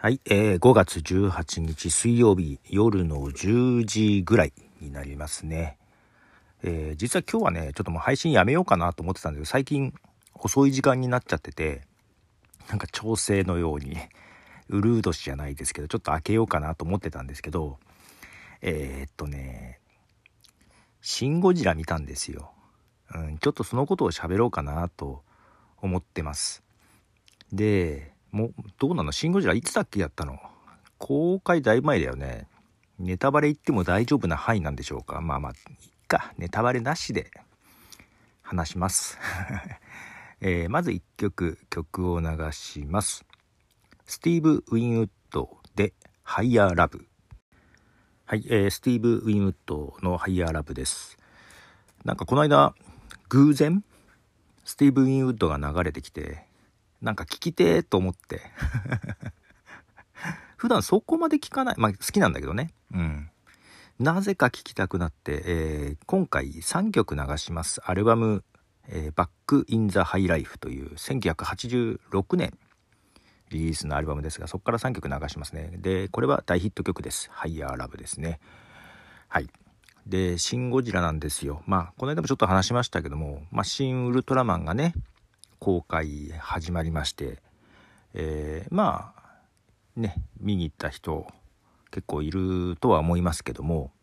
はい、5月18日水曜日夜の10時ぐらいになりますね。実は今日はね、ちょっともう配信やめようかなと思ってたんですけど、最近遅い時間になっちゃってて、なんか調整のようにうるう年じゃないですけど、ちょっと開けようかなと思ってたんですけど、シン・ゴジラ見たんですよ。ちょっとそのことを喋ろうかなと思ってます。で、もうどうなの？シン・ゴジラいつだっけやったの？公開だいぶ前だよね。ネタバレ言っても大丈夫な範囲なんでしょうか。まあいっか、ネタバレなしで話します、まず1曲を流します。スティーブ・ウィンウッドでハイヤーラブ。はい、スティーブ・ウィンウッドのハイヤーラブです。なんかこの間偶然スティーブ・ウィンウッドが流れてきて、なんか聞きてーと思って普段そこまで聞かない、好きなんだけどね。なぜか聞きたくなって、今回3曲流します。アルバム、バック・イン・ザ・ハイ・ライフという1986年リリースのアルバムですが、そこから3曲流しますね。で、これは大ヒット曲です。ハイヤーラブですね。はい。で、シン・ゴジラなんですよ。この間もちょっと話しましたけども、シン・ウルトラマンがね、公開始まりまして、見に行った人結構いるとは思いますけども、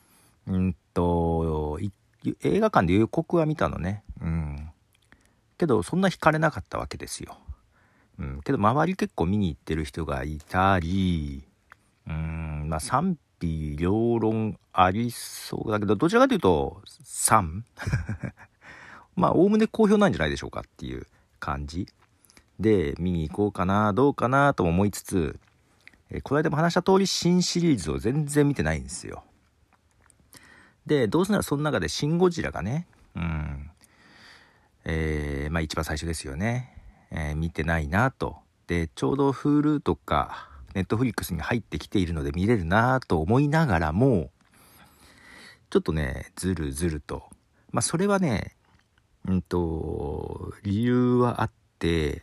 映画館で予告は見たのね。けどそんな惹かれなかったわけですよ。けど周り結構見に行ってる人がいたり、賛否両論ありそうだけど、どちらかというと賛おおむね好評なんじゃないでしょうかっていう感じで、見に行こうかなどうかなとも思いつつ、この間も話した通り新シリーズを全然見てないんですよ。で、どうせならその中でシン・ゴジラがね、一番最初ですよね。見てないなと。で、ちょうど Hulu とか Netflix に入ってきているので見れるなと思いながらも、ちょっとね、ずるずると。それはね、理由はあって、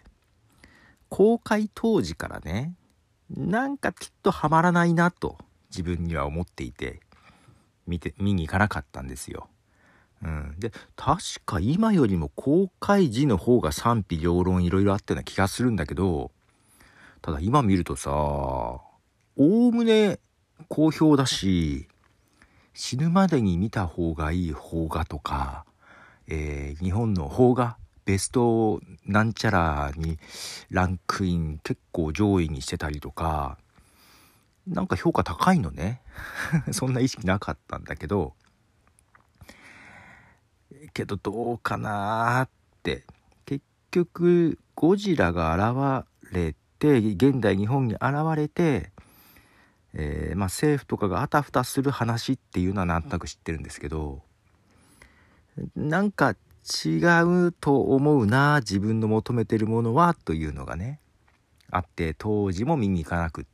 公開当時からね、なんかきっとハマらないなと自分には思っていて、見に行かなかったんですよ。で、確か今よりも公開時の方が賛否両論いろいろあったような気がするんだけど、ただ今見るとさ、おおむね好評だし、死ぬまでに見た方がいい邦画とか、日本の邦画ベストなんちゃらにランクイン結構上位にしてたりとか、なんか評価高いのねそんな意識なかったんだけどどうかなって。結局ゴジラが現れて、現代日本に現れて、政府とかがあたふたする話っていうのはなんとなく知ってるんですけど、なんか違うと思うな、自分の求めてるものはというのがねあって、当時も見に行かなくって、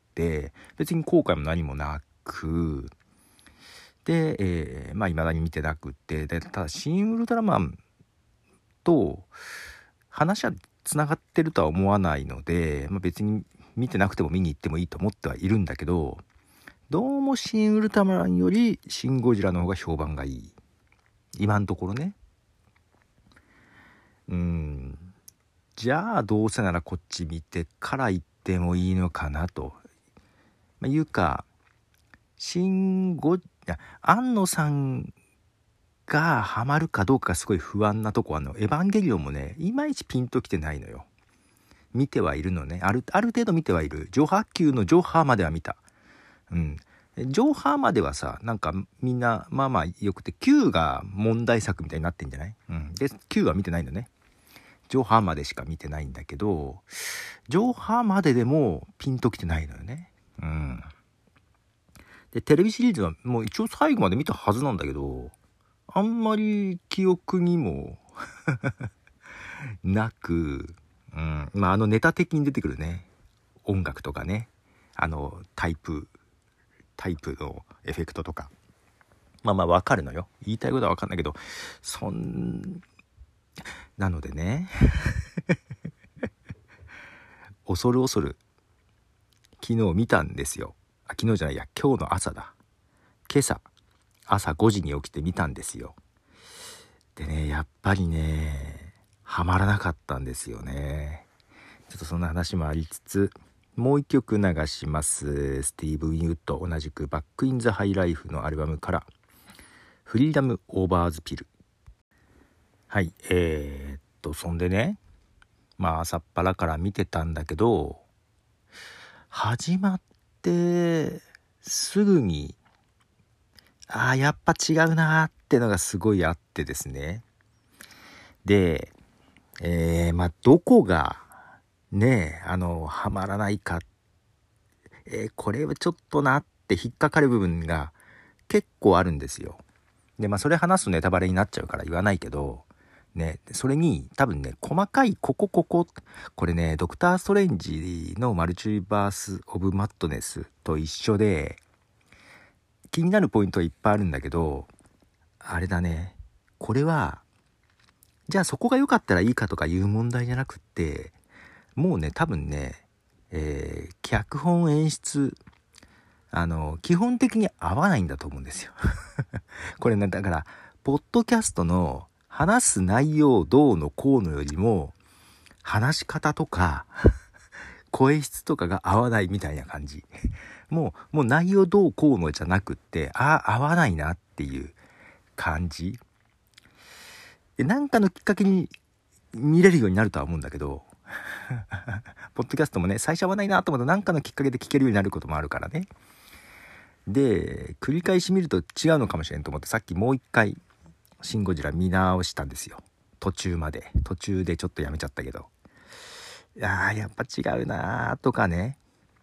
別に後悔も何もなくで、未だに見てなくって、でただシン・ウルトラマンと話はつながってるとは思わないので、別に見てなくても見に行ってもいいと思ってはいるんだけど、どうもシン・ウルトラマンよりシン・ゴジラの方が評判がいい、今のところね。じゃあどうせならこっち見てから行ってもいいのかなと、いうか、庵野さんがハマるかどうかがすごい不安なとこ。エヴァンゲリオンもね、いまいちピンときてないのよ。見てはいるのね、ある程度見てはいる。ジョハ級のジョハまでは見た。ジョハまではさ、なんかみんなよくて、Q が問題作みたいになってんじゃない？で Q は見てないのね。ジョハまでしか見てないんだけど、ジョハまででもピンときてないのよね。で、テレビシリーズはもう一応最後まで見たはずなんだけど、あんまり記憶にもなく、ネタ的に出てくるね、音楽とかね、タイプのエフェクトとか、わかるのよ。言いたいことはわかんないけど、なのでね恐る昨日見たんですよ。昨日じゃないや、今日の朝だ。今朝朝5時に起きて見たんですよ。でね、やっぱりねハマらなかったんですよね。ちょっとそんな話もありつつ、もう一曲流します。スティーブン・ウッド、同じくバック・イン・ザ・ハイ・ライフのアルバムからフリーダム・オーバーズ・ピル。はい、そんでね、朝っぱらから見てたんだけど、始まってすぐにやっぱ違うなーってのがすごいあってですね。で、どこがねハマらないか、これはちょっとなって引っかかる部分が結構あるんですよ。でそれ話すとネタバレになっちゃうから言わないけどね、それに多分ね、細かいこれね、ドクター・ストレンジのマルチバース・オブ・マッドネスと一緒で気になるポイントはいっぱいあるんだけど、あれだね、これはじゃあそこが良かったらいいかとかいう問題じゃなくって、もうね多分ね、脚本演出基本的に合わないんだと思うんですよこれね、だからポッドキャストの話す内容どうのこうのよりも話し方とか声質とかが合わないみたいな感じもう内容どうこうのじゃなくって、合わないなっていう感じで、なんかのきっかけに見れるようになるとは思うんだけどポッドキャストもね、最初合わないなと思うとなんかのきっかけで聞けるようになることもあるからね。で繰り返し見ると違うのかもしれんと思って、さっきもう一回シン・ゴジラ見直したんですよ。途中でちょっとやめちゃったけど、やっぱ違うなとかね、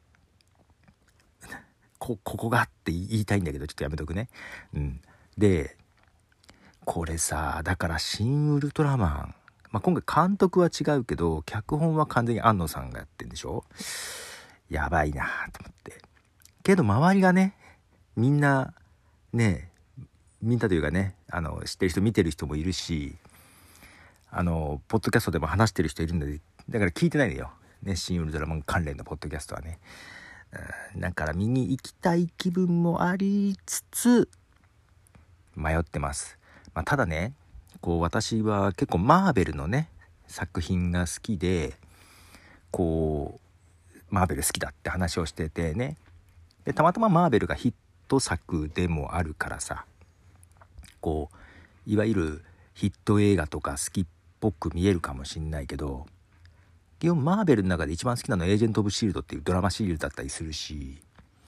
ここがって言いたいんだけどちょっとやめとくね。でこれさ、だからシン・ウルトラマン、今回監督は違うけど脚本は完全に庵野さんがやってんでしょ。やばいなと思って。けど周りがね、みんなというかね、知ってる人見てる人もいるし、ポッドキャストでも話してる人いるんで、だから聞いてないのよね、シン・ウルトラマン関連のポッドキャストはね。だから見に行きたい気分もありつつ迷ってます。ただね、私は結構マーベルのね作品が好きで、マーベル好きだって話をしててね、でたまたまマーベルがヒット作でもあるからさ、いわゆるヒット映画とか好きっぽく見えるかもしんないけど、基本マーベルの中で一番好きなのはエージェント・オブ・シールドっていうドラマシリーズだったりするし、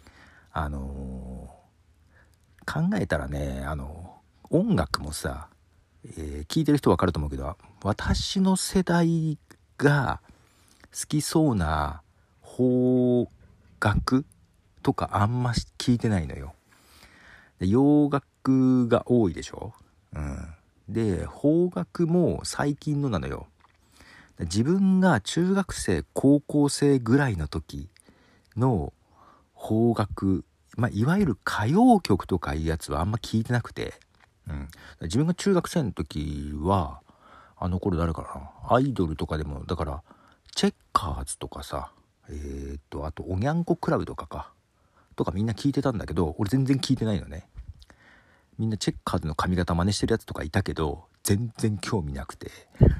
考えたらね、音楽もさ、聞いてる人分かると思うけど、私の世代が好きそうな邦楽とかあんま聞いてないのよ。で洋楽が多いでしょ。で邦楽も最近のなのよ。自分が中学生高校生ぐらいの時の邦楽、いわゆる歌謡曲とかいうやつはあんま聞いてなくて、自分が中学生の時はあの頃誰かな、アイドルとかでもだからチェッカーズとかさ、あとおにゃんこクラブとかみんな聞いてたんだけど、俺全然聞いてないのね。みんなチェッカーズの髪型真似してるやつとかいたけど全然興味なくて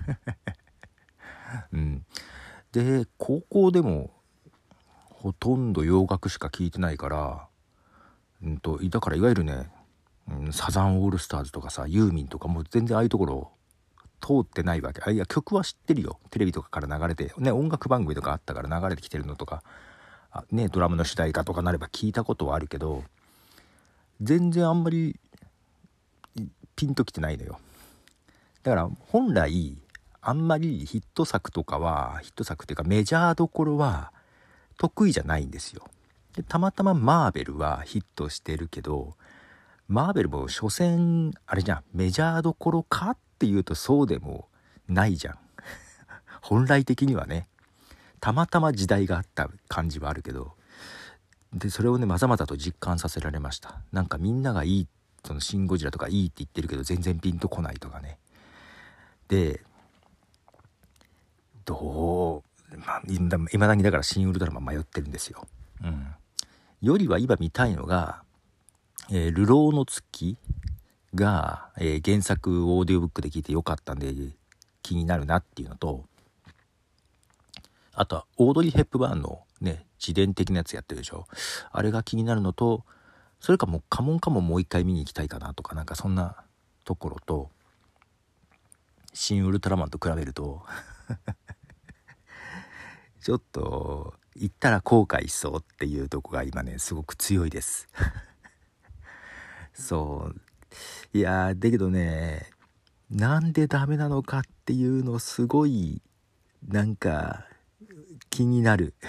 で高校でもほとんど洋楽しか聞いてないから、だからいわゆるね、サザンオールスターズとかさ、ユーミンとかもう全然ああいうところ通ってないわけ。いや曲は知ってるよ、テレビとかから流れてね、音楽番組とかあったから流れてきてるのとかドラムの主題歌とかなれば聞いたことはあるけど、全然あんまりピンときてないのよ。だから本来あんまりヒット作っていうかメジャーどころは得意じゃないんですよ。でたまたまマーベルはヒットしてるけど、マーベルも所詮あれじゃん、メジャーどころかっていうとそうでもないじゃん本来的にはね、たまたま時代があった感じはあるけど、でそれをねまざまざと実感させられました。なんかみんながいい、そのシン・ゴジラとかいいって言ってるけど全然ピンとこないとかね。でいまだにだからシン・ウルトラマン迷ってるんですよ。 よりは今見たいのが、流浪の月が、原作オーディオブックで聞いてよかったんで気になるなっていうのと、あとはオードリー・ヘップバーンのね自伝的なやつやってるでしょ。あれが気になるのと、それかもうカモンカモンもう一回見に行きたいかなとか、なんかそんなところと、新ウルトラマンと比べるとちょっと行ったら後悔しそうっていうとこが今ねすごく強いですそういやだけどね、なんでダメなのかっていうのすごいなんか気になる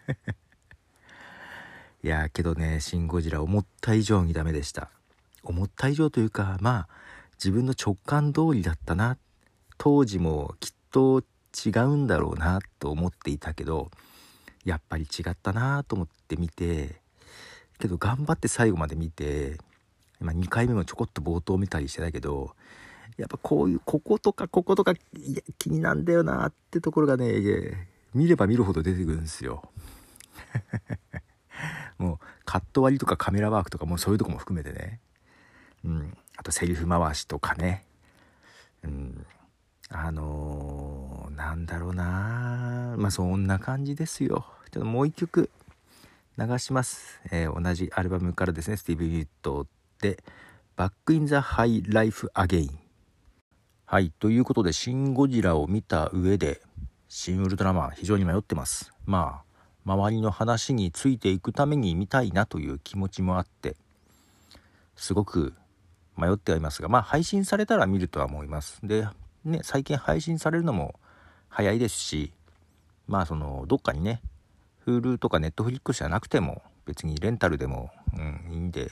いやけどね、シン・ゴジラ思った以上にダメでした。思った以上というか、まあ自分の直感通りだったな、当時もきっと違うんだろうなと思っていたけど、やっぱり違ったなと思って見て、けど頑張って最後まで見て、2回目もちょこっと冒頭見たりしてたけど、やっぱこういうこことかいや気になんだよなってところがね、見れば見るほど出てくるんですよもうカット割りとかカメラワークとかもうそういうとこも含めてね、あとセリフ回しとかね、なんだろうな、そんな感じですよ。ちょっともう一曲流します。同じアルバムからですね、スティーブ・ウィットでバック・イン・ザ・ハイ・ライフ・アゲイン。はい、ということでシン・ゴジラを見た上でシン・ウルトラマン非常に迷ってます。周りの話についていくために見たいなという気持ちもあってすごく迷ってはいますが、配信されたら見るとは思います。でね、最近配信されるのも早いですし、どっかにね Hulu とか Netflix じゃなくても別にレンタルでも、いいんで、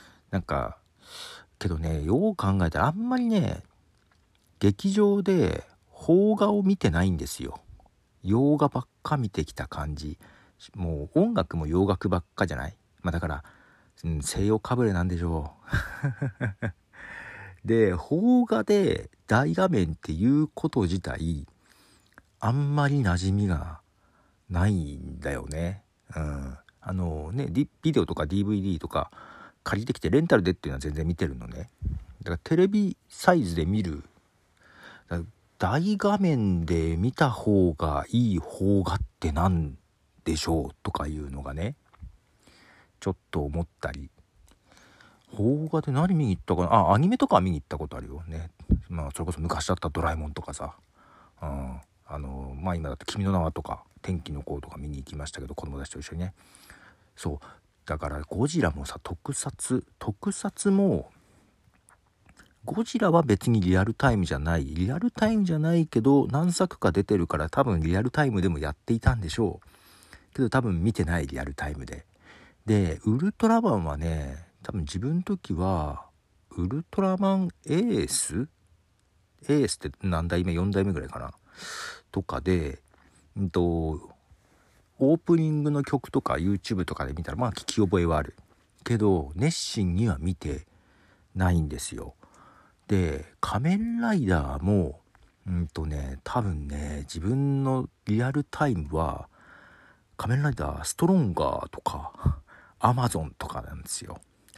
けどね、よう考えたらあんまりね劇場で邦画を見てないんですよ。洋画ばっか見てきた感じ。もう音楽も洋楽ばっかじゃない。だから、西洋かぶれなんでしょうで、邦画で大画面っていうこと自体あんまり馴染みがないんだよね。ビデオとか DVD とか借りてきてレンタルでっていうのは全然見てるのね。だからテレビサイズで見る、大画面で見た方がいい邦画ってなんでしょうとかいうのがねちょっと思ったり、邦画で何見に行ったかな、アニメとかは見に行ったことあるよね。それこそ昔だったドラえもんとかさ、今だって君の名はとか天気の子とか見に行きましたけど、子供たちと一緒にね。そうだからゴジラもさ、特撮もゴジラは別にリアルタイムじゃないけど何作か出てるから多分リアルタイムでもやっていたんでしょうけど、多分見てないリアルタイムでウルトラマンはね、多分自分の時はウルトラマンエースって何代目4代目ぐらいかなとかで、オープニングの曲とか YouTube とかで見たら聞き覚えはあるけど熱心には見てないんですよ。で仮面ライダーも多分ね自分のリアルタイムは仮面ライダーストロンガーとかアマゾンとかなんですよ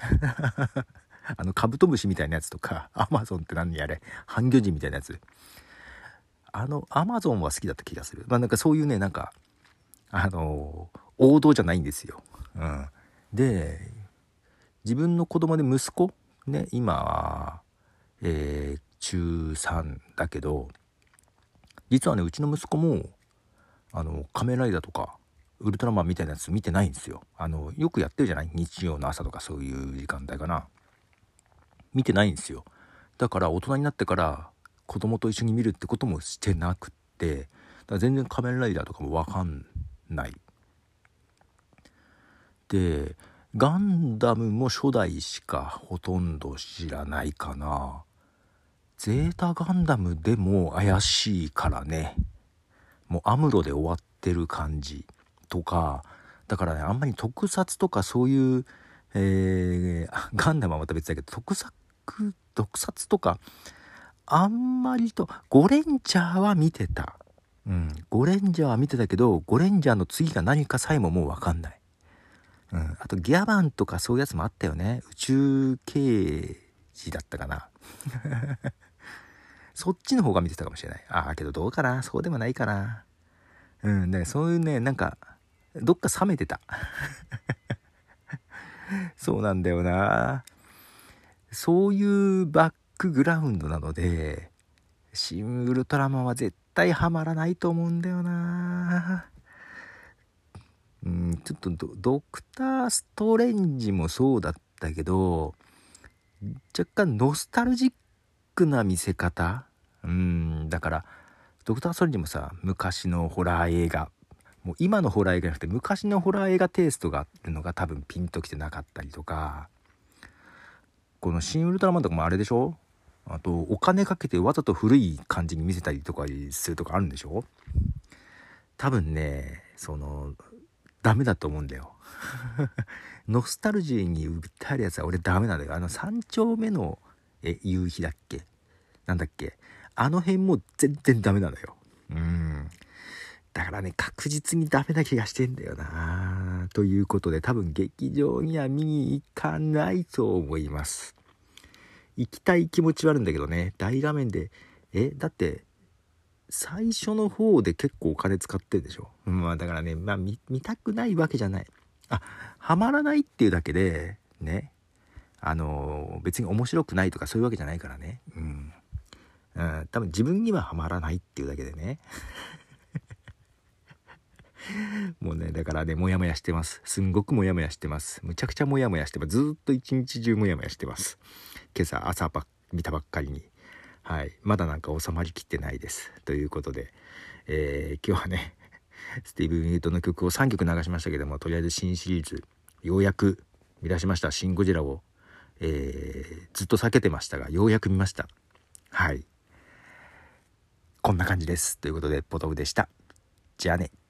カブトムシみたいなやつとか、アマゾンって何あれ、半魚人みたいなやつ、アマゾンは好きだった気がする。そういうね王道じゃないんですよ。で自分の子供で息子ね、今中3だけど、実はねうちの息子も仮面ライダーとかウルトラマンみたいなやつ見てないんですよ。よくやってるじゃない、日曜の朝とかそういう時間帯かな、見てないんですよ。だから大人になってから子供と一緒に見るってこともしてなくって、だから全然仮面ライダーとかも分かんない。でガンダムも初代しかほとんど知らないかな。ゼータガンダムでも怪しいからね、もうアムロで終わってる感じとかだからね、あんまり特撮とかそういう、ガンダムはまた別だけど特撮とかあんまりと、ゴレンジャーは見てた。ゴレンジャーは見てたけどゴレンジャーの次が何かさえももう分かんない。 あとギャバンとかそういうやつもあったよね。宇宙刑事だったかな。そっちの方が見てたかもしれない。けどどうかな、そうでもないかな。ね、そういうね、なんかどっか冷めてた。そうなんだよな。そういうバックグラウンドなので、シン・ウルトラマンは絶対ハマらないと思うんだよな。ちょっとドクター・ストレンジもそうだったけど、若干ノスタルジックな見せ方。だからドクター・ストレンジもさ、昔のホラー映画、もう今のホラー映画じゃなくて昔のホラー映画テイストがあるのが多分ピンときてなかったりとか、このシン・ウルトラマンとかもあれでしょ、あとお金かけてわざと古い感じに見せたりとかするとかあるんでしょ。多分ね、ダメだと思うんだよ。ノスタルジーに訴えるやつは俺ダメなんだよ。三丁目の夕日だっけ、なんだっけ、あの辺も全然ダメなのよ。だからね、確実にダメな気がしてんだよな。ということで多分劇場には見に行かないと思います。行きたい気持ちはあるんだけどね、大画面でだって最初の方で結構お金使ってるでしょ。だからね、見たくないわけじゃない。ハマらないっていうだけでね、別に面白くないとかそういうわけじゃないからね。多分自分にはハマらないっていうだけでね。もうね、だからね、モヤモヤしてます。すんごくモヤモヤしてます。むちゃくちゃモヤモヤしてます。ずっと一日中モヤモヤしてます。今朝朝見たばっかりに。まだなんか収まりきってないです。ということで、今日はね、スティーブン・ウィートの曲を3曲流しましたけども、とりあえず新シリーズようやく見出しました。シン・ゴジラを、ずっと避けてましたがようやく見ました。こんな感じです。ということでポトフでした。じゃあね。